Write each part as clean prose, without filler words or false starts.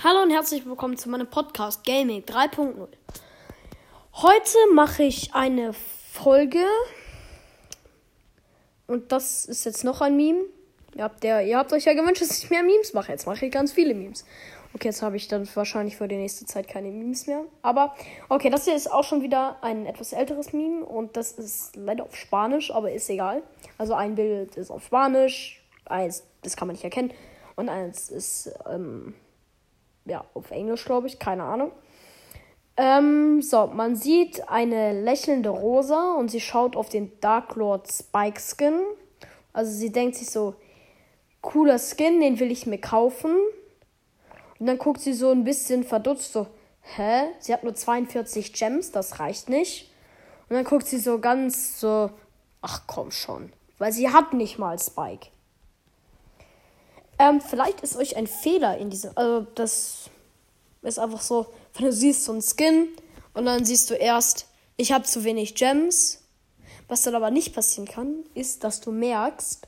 Hallo und herzlich willkommen zu meinem Podcast Gaming 3.0. Heute mache ich eine Folge und das ist jetzt noch ein Meme. Ihr habt euch ja gewünscht, dass ich mehr Memes mache. Jetzt mache ich ganz viele Memes. Okay, jetzt habe ich dann wahrscheinlich für die nächste Zeit keine Memes mehr. Aber okay, das hier ist auch schon wieder ein etwas älteres Meme und das ist leider auf Spanisch, aber ist egal. Also ein Bild ist auf Spanisch, eins, das kann man nicht erkennen, und eins ist auf Englisch, glaube ich, keine Ahnung. Man sieht eine lächelnde Rosa und sie schaut auf den Dark Lord Spike Skin. Also sie denkt sich so, cooler Skin, den will ich mir kaufen. Und dann guckt sie so ein bisschen verdutzt, so, hä? Sie hat nur 42 Gems, das reicht nicht. Und dann guckt sie so ganz so, ach komm schon, weil sie hat nicht mal Spike. Vielleicht ist euch ein Fehler in diesem, also das ist einfach so, wenn du siehst so einen Skin und dann siehst du erst, ich habe zu wenig Gems. Was dann aber nicht passieren kann, ist, dass du merkst,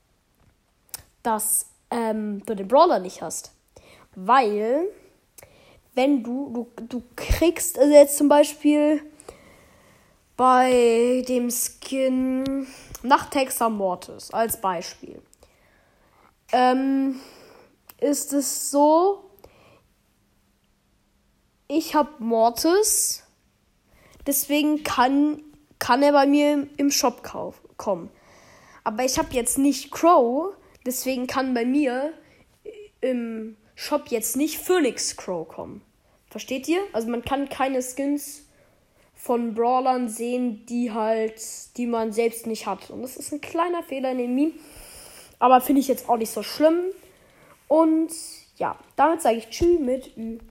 dass du den Brawler nicht hast. Weil, wenn du kriegst, also jetzt zum Beispiel bei dem Skin Nachthexer Mortis als Beispiel, ist es so, ich habe Mortis, deswegen kann er bei mir im Shop kommen. Aber ich habe jetzt nicht Crow, deswegen kann bei mir im Shop jetzt nicht Phoenix Crow kommen. Versteht ihr? Also man kann keine Skins von Brawlern sehen, die man selbst nicht hat. Und das ist ein kleiner Fehler in dem Meme. Aber finde ich jetzt auch nicht so schlimm. Und ja, damit sage ich Tschüss mit Ü.